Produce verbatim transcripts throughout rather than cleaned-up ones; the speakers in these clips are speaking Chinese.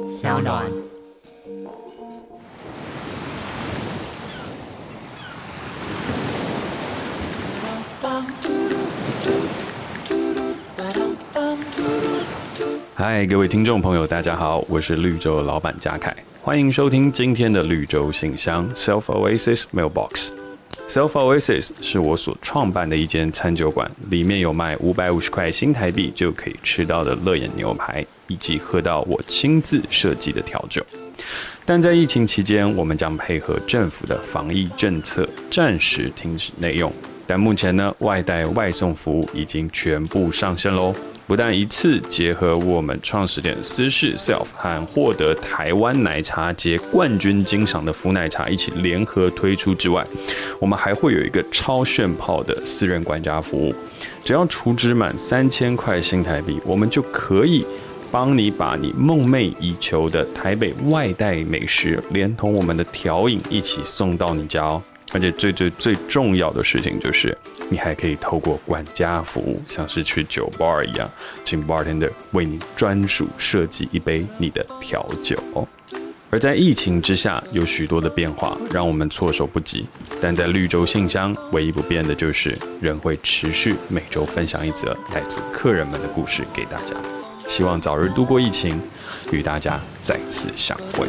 小暖。 嗨，各位听众朋友，大家好，我是绿洲老板嘉凯，欢迎收听今天的绿洲信箱 Self Oasis Mailbox。Self Oasis 是我所创办的一间餐酒馆，里面有卖五百五十块新台币就可以吃到的乐眼牛排，以及喝到我亲自设计的调酒。但在疫情期间，我们将配合政府的防疫政策，暂时停止内用。但目前呢，外带外送服务已经全部上线喽。不但一次结合我们创始店私事 Self 和获得台湾奶茶节冠军金赏的福奶茶一起联合推出之外，我们还会有一个超炫炮的私人管家服务。只要储值满三千块新台币，我们就可以帮你把你梦寐以求的台北外带美食，连同我们的调饮一起送到你家哦。而且最最最重要的事情就是，你还可以透过管家服务，像是去酒吧一样，请 bartender 为你专属设计一杯你的调酒哦。而在疫情之下，有许多的变化，让我们措手不及。但在绿洲信箱，唯一不变的就是人会持续每周分享一则来自客人们的故事给大家。希望早日度过疫情，与大家再次相会。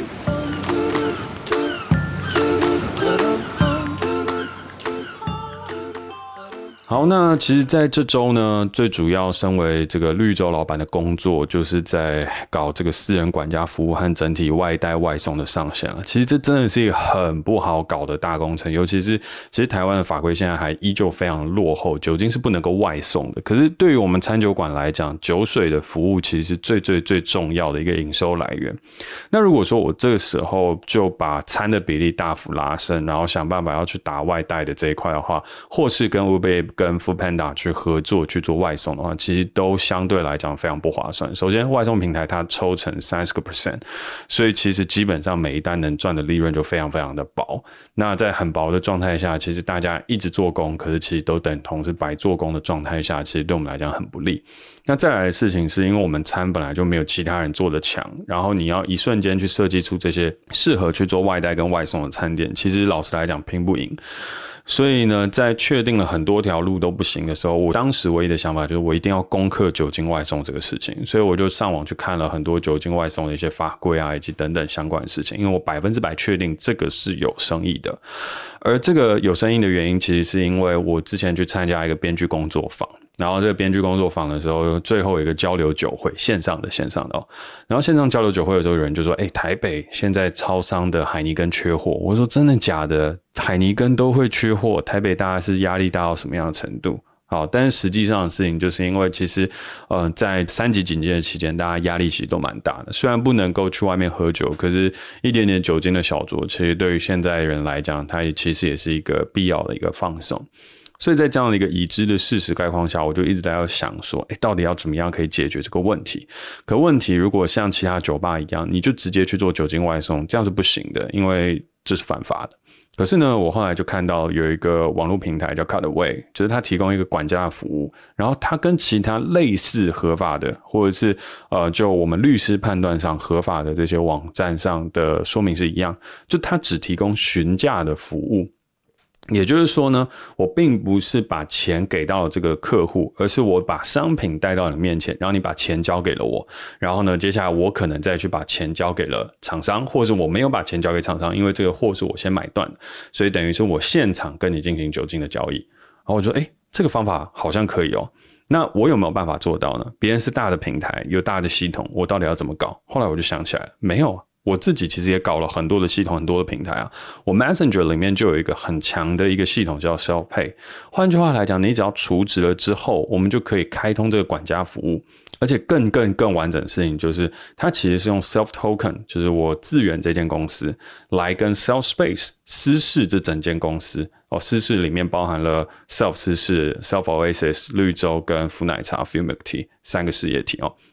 好，那其实在这周呢，最主要身为这个绿洲老板的工作，就是在搞这个私人管家服务和整体外带外送的上线了。其实这真的是一个很不好搞的大工程，尤其是其实台湾的法规现在还依旧非常落后，酒精是不能够外送的。可是对于我们餐酒馆来讲，酒水的服务其实是最最最重要的一个营收来源。那如果说我这个时候就把餐的比例大幅拉升，然后想办法要去打外带的这一块的话，或是跟 Uber跟 Foodpanda 去合作去做外送的话，其实都相对来讲非常不划算。首先，外送平台它抽成 百分之三十， 所以其实基本上每一单能赚的利润就非常非常的薄。那在很薄的状态下，其实大家一直做工，可是其实都等同是白做工的状态下，其实对我们来讲很不利。那再来的事情是因为我们餐本来就没有其他人做的强，然后你要一瞬间去设计出这些适合去做外带跟外送的餐点，其实老实来讲拼不赢。所以呢，在确定了很多条路都不行的时候，我当时唯一的想法就是我一定要攻克酒精外送这个事情，所以我就上网去看了很多酒精外送的一些法规啊，以及等等相关的事情，因为我百分之百确定这个是有生意的。而这个有生意的原因，其实是因为我之前去参加一个编剧工作坊，然后这个编剧工作坊的时候，最后有一个交流酒会，线上的线上的哦。然后线上交流酒会的时候，有人就说：“哎、欸，台北现在超商的海尼根缺货。”我说：“真的假的？海尼根都会缺货，台北大概是压力大到什么样的程度？”好，但是实际上的事情就是因为其实，呃，在三级警戒的期间，大家压力其实都蛮大的。虽然不能够去外面喝酒，可是一点点酒精的小酌，其实对于现在人来讲，它其实也是一个必要的一个放松。所以在这样的一个已知的事实概况下，我就一直在要想说，哎，到底要怎么样可以解决这个问题？可问题如果像其他酒吧一样，你就直接去做酒精外送，这样是不行的，因为这是犯法的。可是呢，我后来就看到有一个网络平台叫 Cutaway， 就是它提供一个管家的服务，然后它跟其他类似合法的，或者是呃，就我们律师判断上合法的这些网站上的说明是一样，就它只提供询价的服务。也就是说呢，我并不是把钱给到了这个客户，而是我把商品带到你面前，然后你把钱交给了我，然后呢，接下来我可能再去把钱交给了厂商，或是我没有把钱交给厂商，因为这个货是我先买断的，所以等于是我现场跟你进行酒精的交易。然后我就说，诶，这个方法好像可以哦。那我有没有办法做到呢？别人是大的平台，有大的系统，我到底要怎么搞？后来我就想起来了，没有啊。我自己其实也搞了很多的系统，很多的平台啊。我 Messenger 里面就有一个很强的一个系统叫 Self Pay。换句话来讲，你只要储值了之后，我们就可以开通这个管家服务。而且更更更完整的事情就是，它其实是用 Self Token， 就是我自源这间公司来跟 Self Space 私事这整间公司哦，私事里面包含了 Self 私事、Self Oasis、绿洲跟福奶茶 Full Milk Tea 三个事业体哦。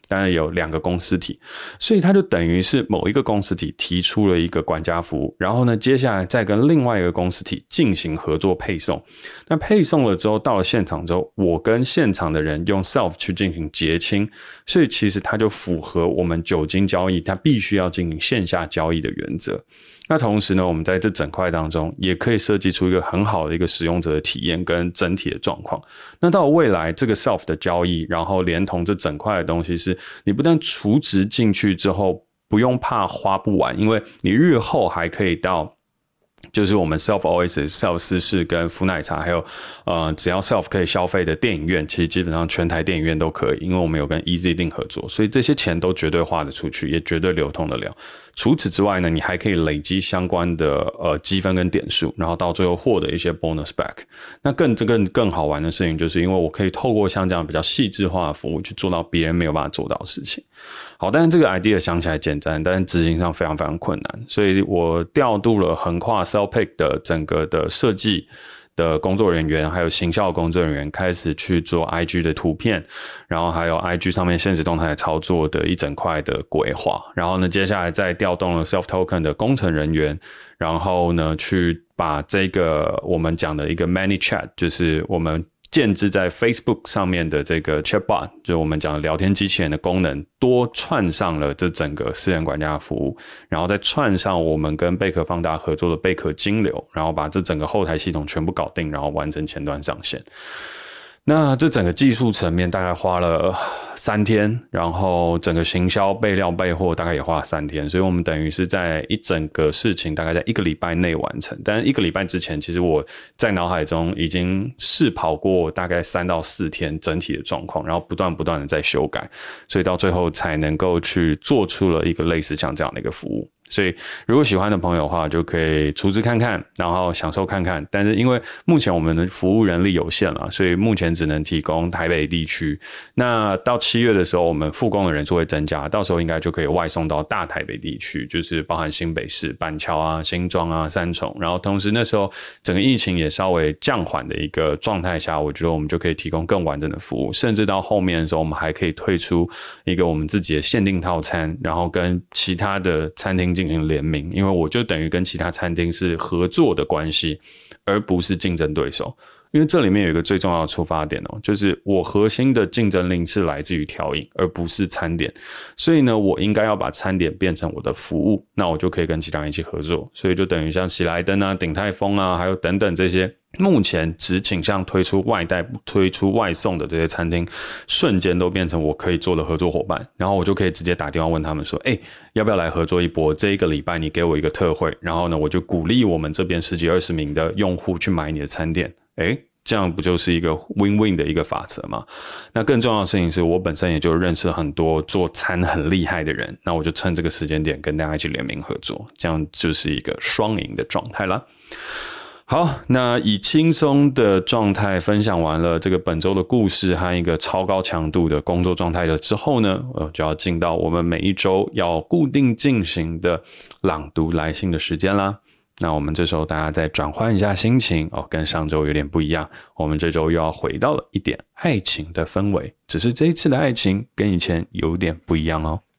当然有两个公司体，所以它就等于是某一个公司体提出了一个管家服务，然后呢，接下来再跟另外一个公司体进行合作配送。那配送了之后，到了现场之后，我跟现场的人用 self 去进行结清，所以其实它就符合我们酒精交易它必须要进行线下交易的原则。那同时呢，我们在这整块当中也可以设计出一个很好的一个使用者的体验跟整体的状况。那到未来这个 self 的交易，然后连同这整块的东西，是你不但储值进去之后不用怕花不完，因为你日后还可以到就是我们 Self Oasis、Self 四世跟福奶茶，还有呃只要 Self 可以消费的电影院，其实基本上全台电影院都可以，因为我们有跟 EasyDing 合作，所以这些钱都绝对花得出去，也绝对流通得了。除此之外呢，你还可以累积相关的呃积分跟点数，然后到最后获得一些 bonus back。那更更更好玩的事情，就是因为我可以透过像这样比较细致化的服务，去做到别人没有办法做到的事情。好，但是这个 idea 想起来简单，但是执行上非常非常困难，所以我调度了横跨 Sellpick 的整个的设计的工作人员，还有行销的工作人员，开始去做 I G 的图片，然后还有 I G 上面限时动态操作的一整块的规划。然后呢，接下来再调动了 Self Token 的工程人员，然后呢，去把这个我们讲的一个 ManyChat， 就是我们建置在 Facebook 上面的这个 Chatbot， 就是我们讲的聊天机器人的功能，多串上了这整个私人管家的服务，然后再串上我们跟贝壳放大合作的贝壳金流，然后把这整个后台系统全部搞定，然后完成前端上线。那这整个技术层面大概花了三天，然后整个行销备料备货大概也花了三天，所以我们等于是在一整个事情大概在一个礼拜内完成。但是一个礼拜之前，其实我在脑海中已经试跑过大概三到四天整体的状况，然后不断不断的在修改，所以到最后才能够去做出了一个类似像这样的一个服务。所以如果喜欢的朋友的话，就可以储值看看，然后享受看看。但是因为目前我们的服务人力有限了，所以目前只能提供台北地区。那到七月的时候，我们复工的人数会增加，到时候应该就可以外送到大台北地区，就是包含新北市、板桥啊、新庄啊、三重。然后同时那时候整个疫情也稍微降缓的一个状态下，我觉得我们就可以提供更完整的服务，甚至到后面的时候，我们还可以推出一个我们自己的限定套餐，然后跟其他的餐厅进行联名，因为我就等于跟其他餐厅是合作的关系，而不是竞争对手。因为这里面有一个最重要的出发点哦，就是我核心的竞争力是来自于调饮，而不是餐点。所以呢，我应该要把餐点变成我的服务，那我就可以跟其他人一起合作。所以就等于像喜来登啊、鼎泰丰啊，还有等等这些目前只倾向推出外带、不推出外送的这些餐厅，瞬间都变成我可以做的合作伙伴。然后我就可以直接打电话问他们说：“哎，要不要来合作一波？这一个礼拜你给我一个特惠，然后呢，我就鼓励我们这边十几二十名的用户去买你的餐点。”哎，这样不就是一个 win-win 的一个法则吗？那更重要的事情是我本身也就认识很多做餐很厉害的人，那我就趁这个时间点跟大家一起联名合作，这样就是一个双赢的状态啦。好，那以轻松的状态分享完了这个本周的故事和一个超高强度的工作状态了之后呢，呃，就要进到我们每一周要固定进行的朗读来信的时间啦。那我们这时候大家再转换一下心情哦，跟上周有点不一样，我们这周又要回到了一点爱情的氛围，只是这一次的爱情跟以前有点不一样哦。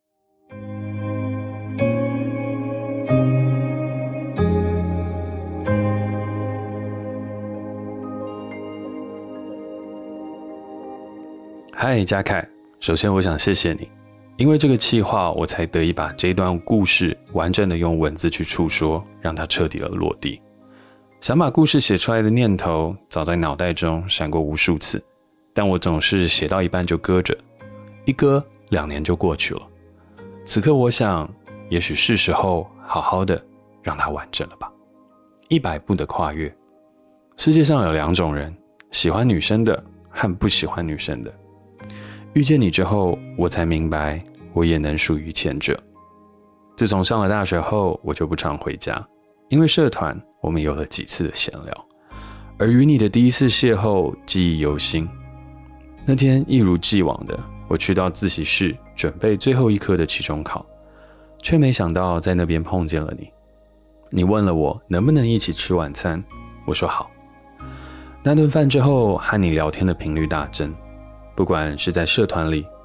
嗨，嘉凯，首先我想谢谢你，因为这个企划，我才得以把这段故事完整的用文字去述说，让它彻底的落地。想把故事写出来的念头，早在脑袋中闪过无数次，但我总是写到一半就搁着，一搁两年就过去了。此刻我想，也许是时候好好的让它完整了吧。一百步的跨越。世界上有两种人，喜欢女生的和不喜欢女生的。遇见你之后，我才明白，我也能属于前者。自从上了大学后，我就不常回家，因为社团，我们有了几次的闲聊。而与你的第一次邂逅，记忆犹新。那天一如既往的，我去到自习室，准备最后一科的期中考，却没想到在那边碰见了你。你问了我能不能一起吃晚餐，我说好。那顿饭之后，和你聊天的频率大增。不管是在社团里，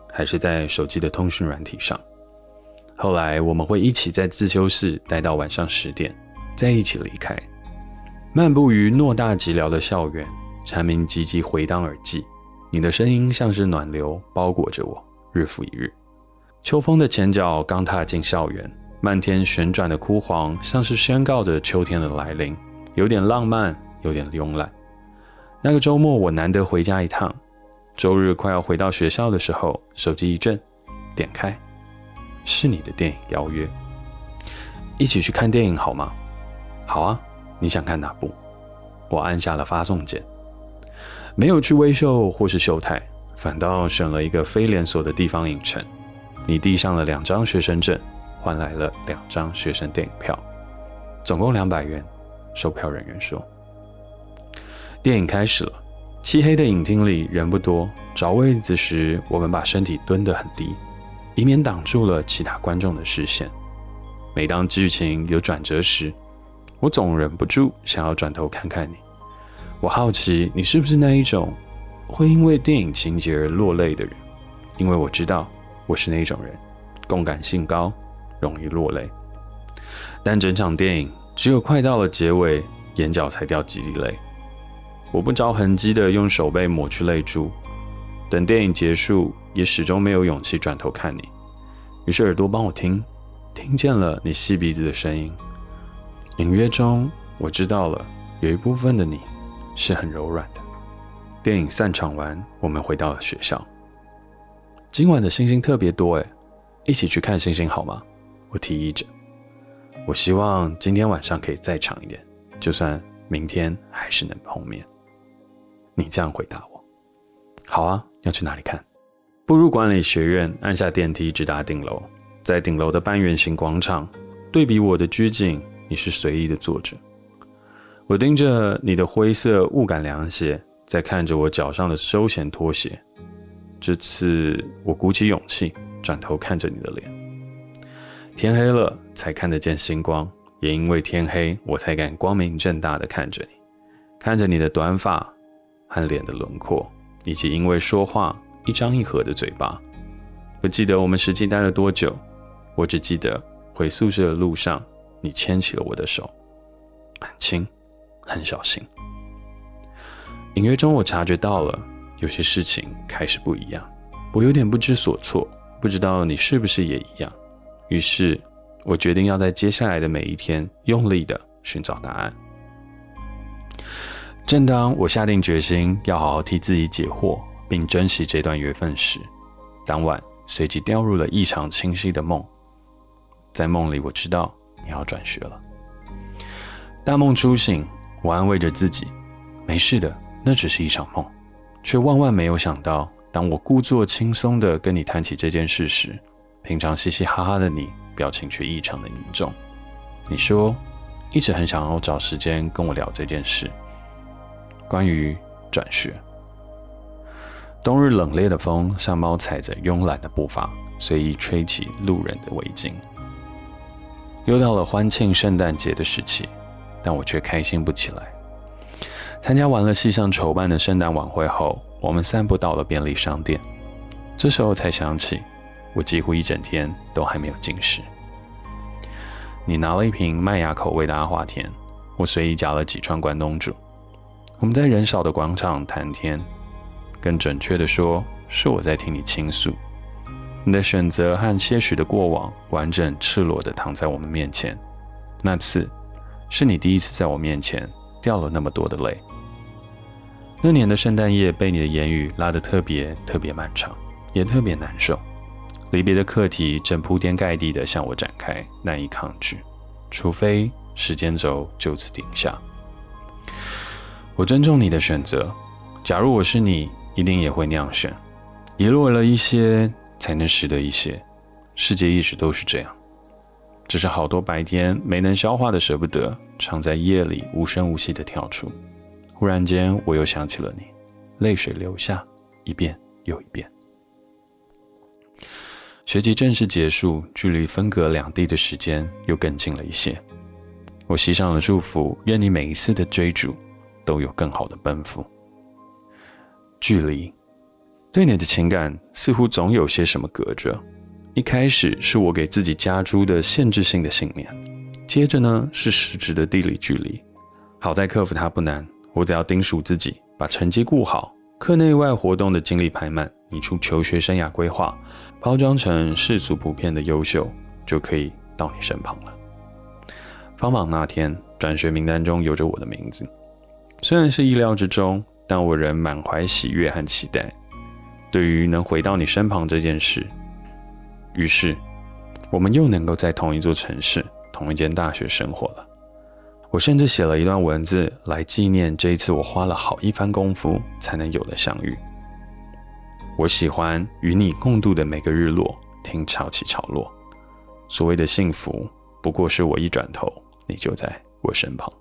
还是在手机的通讯软体上。后来我们会一起在自修室待到晚上十点，再一起离开，漫步于偌大寂寥的校园，蝉鸣唧唧回荡耳际，你的声音像是暖流包裹着我，日复一日。秋风的前脚刚踏进校园，漫天旋转的枯黄像是宣告着秋天的来临，有点浪漫，有点慵懒。那个周末我难得回家一趟，周日快要回到学校的时候，手机一震，点开，是你的电影邀约。一起去看电影好吗？好啊，你想看哪部？我按下了发送键。没有去微秀或是秀泰，反倒选了一个非连锁的地方影城。你递上了两张学生证，换来了两张学生电影票，总共两百元。售票人员说。电影开始了，漆黑的影厅里人不多，找位子时我们把身体蹲得很低，以免挡住了其他观众的视线。每当剧情有转折时，我总忍不住想要转头看看你。我好奇你是不是那一种会因为电影情节而落泪的人，因为我知道我是那种人，共感性高，容易落泪。但整场电影只有快到了结尾，眼角才掉几滴泪。我不着痕迹地用手背抹去泪珠，等电影结束，也始终没有勇气转头看你。于是耳朵帮我听，听见了你吸鼻子的声音。隐约中，我知道了，有一部分的你是很柔软的。电影散场完，我们回到了学校。今晚的星星特别多诶，一起去看星星好吗？我提议着。我希望今天晚上可以再长一点，就算明天还是能碰面。你这样回答我。好啊，要去哪里看？步入管理学院，按下电梯直达顶楼。在顶楼的半圆形广场，对比我的拘谨，你是随意的坐着。我盯着你的灰色雾感凉鞋，在看着我脚上的休闲拖鞋。这次我鼓起勇气，转头看着你的脸。天黑了才看得见星光，也因为天黑，我才敢光明正大地看着你，看着你的短发和脸的轮廓，以及因为说话一张一合的嘴巴。不记得我们实际待了多久，我只记得回宿舍的路上，你牵起了我的手，很轻，很小心。隐约中我察觉到了，有些事情开始不一样，我有点不知所措，不知道你是不是也一样。于是我决定要在接下来的每一天用力地寻找答案。正当我下定决心要好好替自己解惑并珍惜这段缘分时，当晚随即掉入了异常清晰的梦。在梦里我知道你要转学了。大梦初醒，我安慰着自己，没事的，那只是一场梦。却万万没有想到，当我故作轻松地跟你谈起这件事时，平常嘻嘻哈哈的你，表情却异常的凝重。你说，一直很想要找时间跟我聊这件事，关于转学。冬日冷冽的风像猫踩着慵懒的步伐，随意吹起路人的围巾。又到了欢庆圣诞节的时期，但我却开心不起来。参加完了系上筹办的圣诞晚会后，我们散步到了便利商店。这时候才想起，我几乎一整天都还没有进食。你拿了一瓶麦芽口味的阿华田，我随意夹了几串关东煮。我们在人少的广场谈天，更准确地说，是我在听你倾诉。你的选择和些许的过往，完整赤裸地躺在我们面前。那次，是你第一次在我面前掉了那么多的泪。那年的圣诞夜被你的言语拉得特别特别漫长，也特别难受。离别的课题正铺天盖地地向我展开，难以抗拒，除非时间轴就此停下。我尊重你的选择，假如我是你，一定也会那样选。遗落了一些，才能拾得一些。世界一直都是这样，只是好多白天没能消化的舍不得，常在夜里无声无息地跳出。忽然间，我又想起了你，泪水流下，一遍又一遍。学期正式结束，距离分隔两地的时间又更近了一些。我系上了祝福，愿你每一次的追逐都有更好的奔赴。距离对你的情感似乎总有些什么隔着。一开始是我给自己加诸的限制性的信念，接着呢是实质的地理距离。好在克服它不难，我只要叮嘱自己把成绩顾好，课内外活动的精力排满，拟出求学生涯规划，包装成世俗普遍的优秀，就可以到你身旁了。放榜那天，转学名单中有着我的名字，虽然是意料之中，但我仍满怀喜悦和期待。对于能回到你身旁这件事，于是我们又能够在同一座城市、同一间大学生活了。我甚至写了一段文字来纪念这一次我花了好一番功夫才能有了相遇。我喜欢与你共度的每个日落，听潮起潮落。所谓的幸福，不过是我一转头，你就在我身旁。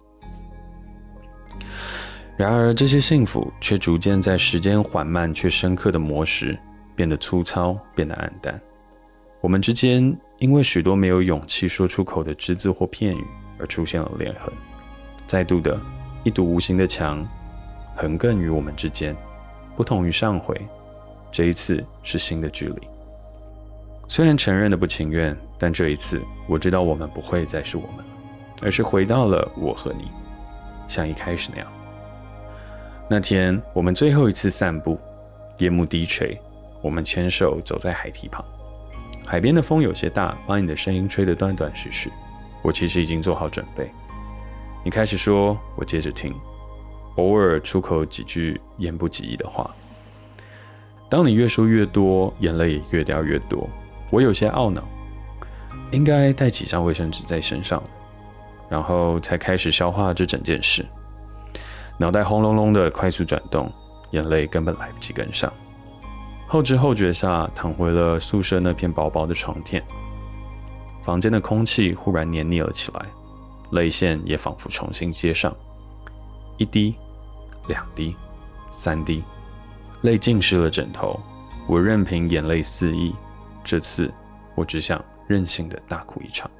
然而这些幸福却逐渐在时间缓慢却深刻的磨蚀，变得粗糙，变得暗淡。我们之间因为许多没有勇气说出口的只字或片语而出现了裂痕，再度的一堵无形的墙横亘于我们之间。不同于上回，这一次是新的距离。虽然承认的不情愿，但这一次我知道我们不会再是我们了，而是回到了我和你，像一开始那样。那天我们最后一次散步，夜幕低垂，我们牵手走在海堤旁。海边的风有些大，把你的声音吹得断断续续。我其实已经做好准备。你开始说，我接着听，偶尔出口几句言不及义的话。当你越说越多，眼泪也越掉越多。我有些懊恼，应该带几张卫生纸在身上，然后才开始消化这整件事。脑袋轰隆隆的快速转动，眼泪根本来不及跟上。后知后觉下，躺回了宿舍那片薄薄的床垫。房间的空气忽然黏腻了起来，泪腺也仿佛重新接上。一滴，两滴，三滴，泪浸湿了枕头。我任凭眼泪肆意，这次我只想任性的大哭一场。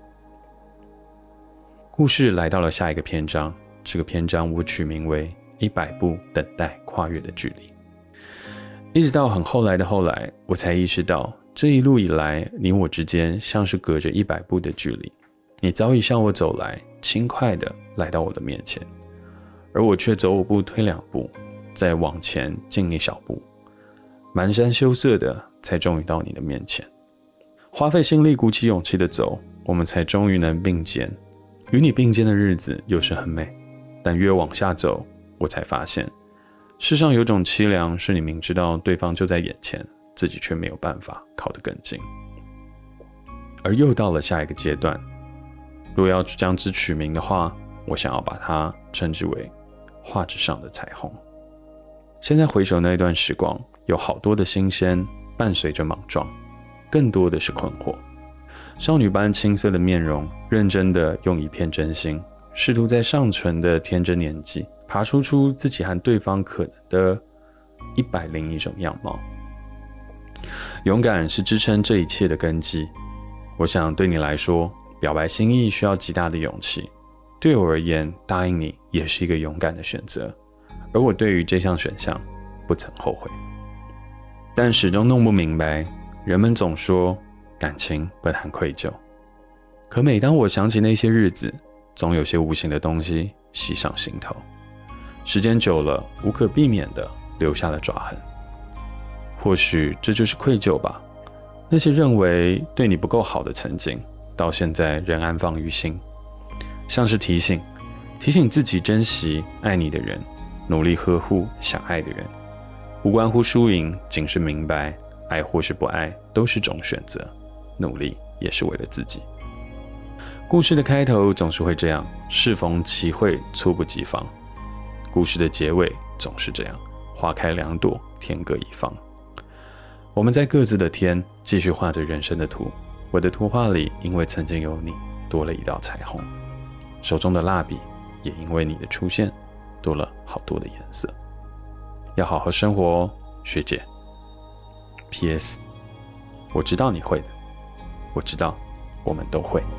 故事来到了下一个篇章，这个篇章我取名为一百步等待跨越的距离。一直到很后来的后来，我才意识到，这一路以来，你我之间像是隔着一百步的距离。你早已向我走来，轻快地来到我的面前，而我却走五步退两步，再往前进一小步，蹒跚羞涩的才终于到你的面前。花费心力鼓起勇气的走，我们才终于能并肩。与你并肩的日子有时很美，但越往下走，我才发现世上有种凄凉，是你明知道对方就在眼前，自己却没有办法靠得更近。而又到了下一个阶段，若要将之取名的话，我想要把它称之为画纸上的彩虹。现在回首那一段时光，有好多的新鲜伴随着莽撞，更多的是困惑。少女般青涩的面容，认真的用一片真心，试图在尚存的天真年纪爬出出自己和对方可能的一百零一种样貌。勇敢是支撑这一切的根基。我想对你来说，表白心意需要极大的勇气，对我而言，答应你也是一个勇敢的选择，而我对于这项选项不曾后悔。但始终弄不明白，人们总说感情不谈愧疚，可每当我想起那些日子，总有些无形的东西袭上心头，时间久了，无可避免地留下了爪痕。或许这就是愧疚吧，那些认为对你不够好的曾经，到现在仍安放于心，像是提醒，提醒自己珍惜爱你的人，努力呵护想爱的人。无关乎输赢，仅是明白，爱或是不爱，都是种选择，努力也是为了自己。故事的开头总是会这样，适逢其会，猝不及防。故事的结尾总是这样，花开两朵，天各一方。我们在各自的天继续画着人生的图，我的图画里因为曾经有你，多了一道彩虹，手中的蜡笔也因为你的出现，多了好多的颜色。要好好生活哦，学姐。P S 我知道你会的，我知道我们都会。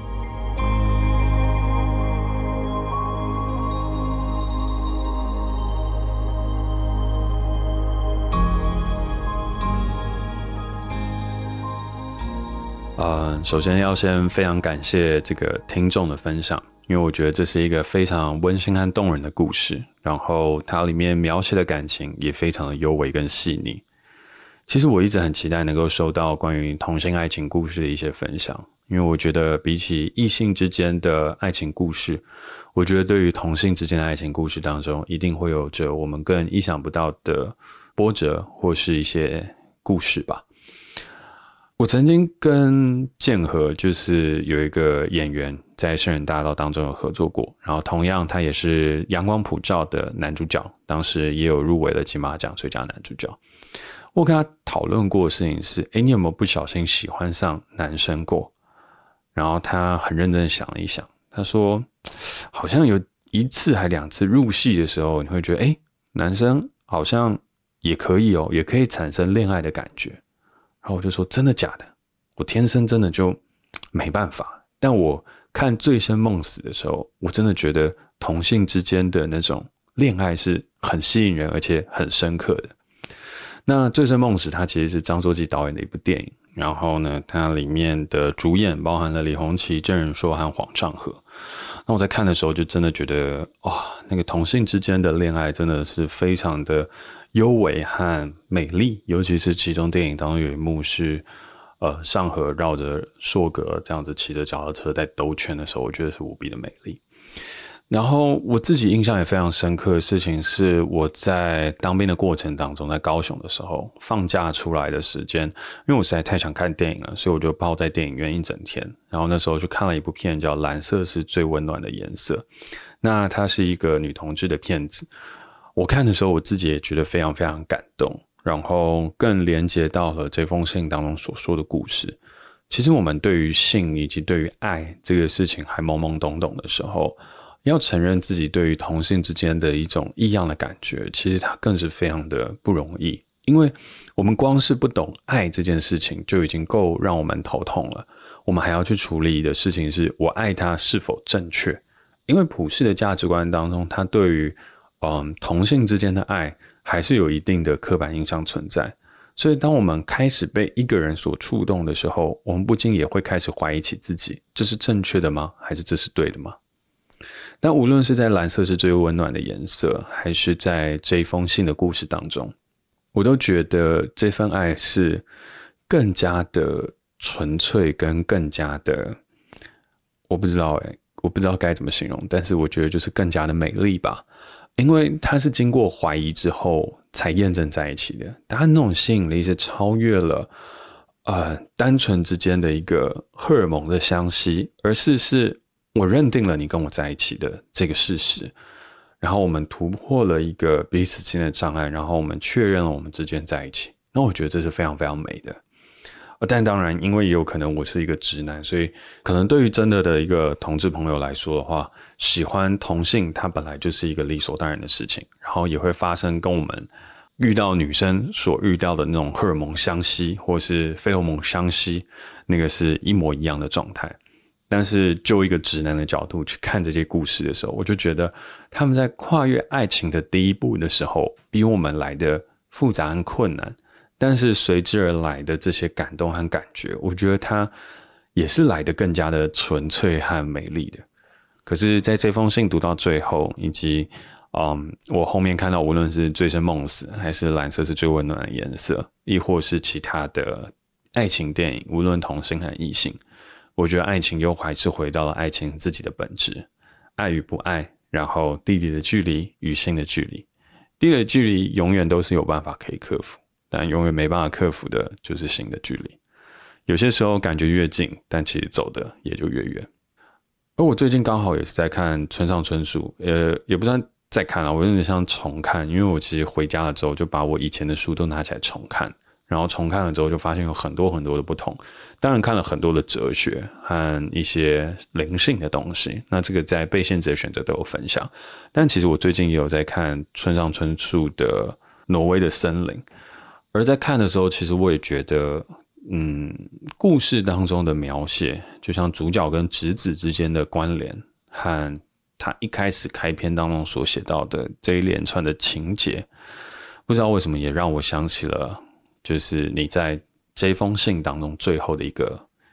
呃，首先要先非常感谢这个听众的分享，因为我觉得这是一个非常温馨和动人的故事，然后它里面描写的感情也非常的幽微跟细腻。其实我一直很期待能够收到关于同性爱情故事的一些分享，因为我觉得比起异性之间的爱情故事，我觉得对于同性之间的爱情故事当中，一定会有着我们更意想不到的波折或是一些故事吧。我曾经跟建和就是有一个演员在圣人大道当中有合作过，然后同样他也是阳光普照的男主角，当时也有入围了金马奖最佳男主角。我跟他讨论过的事情是，诶，你有没有不小心喜欢上男生过？然后他很认真的想了一想，他说好像有一次还两次入戏的时候，你会觉得诶，男生好像也可以哦，也可以产生恋爱的感觉。然后我就说真的假的？我天生真的就没办法。但我看《醉生梦死》的时候，我真的觉得同性之间的那种恋爱是很吸引人而且很深刻的。那《醉生梦死》它其实是张作骥导演的一部电影，然后呢，它里面的主演包含了李红旗、郑人硕和黄尚和。那我在看的时候就真的觉得，哇，那个同性之间的恋爱真的是非常的幽微和美丽，尤其是其中电影当中有一幕是，呃，尚和绕着硕格这样子骑着脚踏车在兜圈的时候，我觉得是无比的美丽。然后我自己印象也非常深刻的事情是，我在当兵的过程当中，在高雄的时候，放假出来的时间，因为我实在太想看电影了，所以我就泡在电影院一整天。然后那时候就看了一部片叫《蓝色是最温暖的颜色》，那它是一个女同志的片子。我看的时候，我自己也觉得非常非常感动，然后更连接到了这封信当中所说的故事。其实我们对于性以及对于爱这个事情还懵懵懂懂的时候，要承认自己对于同性之间的一种异样的感觉，其实它更是非常的不容易。因为我们光是不懂爱这件事情就已经够让我们头痛了，我们还要去处理的事情是我爱他是否正确。因为普世的价值观当中，它对于嗯同性之间的爱还是有一定的刻板印象存在。所以当我们开始被一个人所触动的时候，我们不禁也会开始怀疑起自己，这是正确的吗？还是这是对的吗？但无论是在蓝色是最温暖的颜色，还是在这一封信的故事当中，我都觉得这份爱是更加的纯粹跟更加的，我不知道诶，我不知道该怎么形容，但是我觉得就是更加的美丽吧。因为它是经过怀疑之后才验证在一起的，它那种吸引力是超越了呃单纯之间的一个荷尔蒙的相吸，而是是我认定了你跟我在一起的这个事实，然后我们突破了一个彼此之间的障碍，然后我们确认了我们之间在一起。那我觉得这是非常非常美的。但当然，因为也有可能我是一个直男，所以可能对于真的的一个同志朋友来说的话，喜欢同性它本来就是一个理所当然的事情，然后也会发生跟我们遇到女生所遇到的那种荷尔蒙相吸或是费洛蒙相吸，那个是一模一样的状态。但是就一个直男的角度去看这些故事的时候，我就觉得他们在跨越爱情的第一步的时候，比我们来的复杂和困难，但是随之而来的这些感动和感觉，我觉得它也是来得更加的纯粹和美丽的。可是在这封信读到最后，以及嗯，我后面看到无论是醉生梦死，还是蓝色是最温暖的颜色，亦或是其他的爱情电影，无论同性和异性，我觉得爱情又还是回到了爱情自己的本质，爱与不爱，然后地理的距离与性的距离。地理的距离永远都是有办法可以克服，但永远没办法克服的就是性的距离。有些时候感觉越近，但其实走的也就越远。而我最近刚好也是在看村上春树，呃，也不算在看了，我有点像重看，因为我其实回家了之后就把我以前的书都拿起来重看，然后重看了之后就发现有很多很多的不同，当然看了很多的哲学和一些灵性的东西，那这个在被限制的选择都有分享。但其实我最近也有在看村上春树的《挪威的森林》，而在看的时候，其实我也觉得嗯，故事当中的描写，就像主角跟侄子之间的关联，和他一开始开篇当中所写到的这一连串的情节，不知道为什么也让我想起了，就是你在这封信当中最后的一个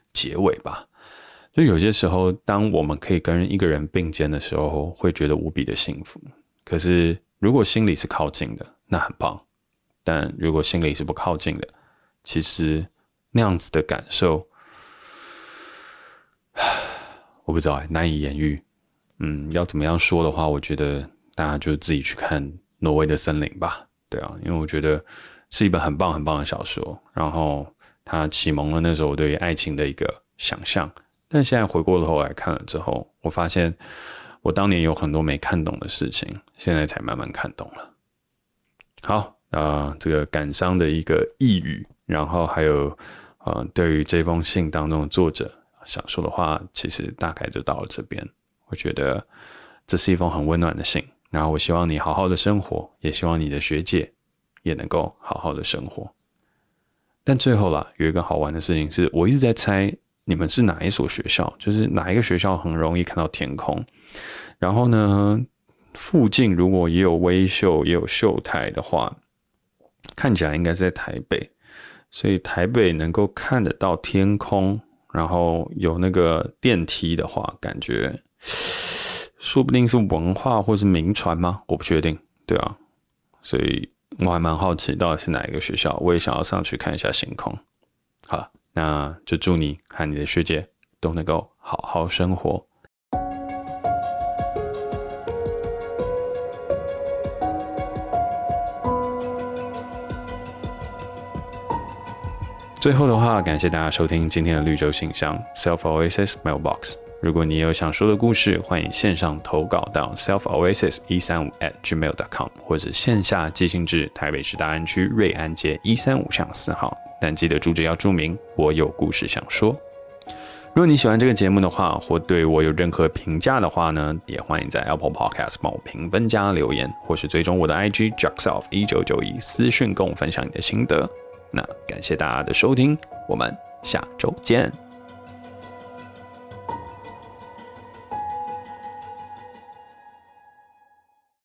结尾吧。就有些时候，当我们可以跟一个人并肩的时候，会觉得无比的幸福。可是如果心里是靠近的，那很棒；但如果心里是不靠近的，其实那样子的感受，我不知道，难以言喻。嗯，要怎么样说的话，我觉得大家就自己去看《挪威的森林》吧。对啊，因为我觉得是一本很棒很棒的小说，然后它启蒙了那时候我对爱情的一个想象。但现在回过头来看了之后，我发现我当年有很多没看懂的事情，现在才慢慢看懂了。好，呃，这个感伤的一个呓语，然后还有呃，对于这封信当中的作者想说的话，其实大概就到了这边。我觉得这是一封很温暖的信，然后我希望你好好的生活，也希望你的学姐也能够好好的生活。但最后啦，有一个好玩的事情是，我一直在猜你们是哪一所学校，就是哪一个学校很容易看到天空。然后呢，附近如果也有微秀也有秀台的话，看起来应该是在台北，所以台北能够看得到天空，然后有那个电梯的话，感觉说不定是文化或是名传吗？我不确定。对啊，所以我还蛮好奇到底是哪一个学校，我也想要上去看一下星空。好了，那就祝你和你的学姐都能够好好生活。最后的话，感谢大家收听今天的绿洲信箱 Self Oasis Mailbox。如果你也有想说的故事，欢迎线上投稿到 self oasis 一三五 at gmail dot com， 或者线下寄信至台北市大安区瑞安街一三五巷四号。但记得住址要注明我有故事想说。如果你喜欢这个节目的话，或对我有任何评价的话呢，也欢迎在 Apple Podcast 帮我评分加留言，或是追踪我的 I G Jackself 一九九一私讯跟我分享你的心得。那感谢大家的收听，我们下周见。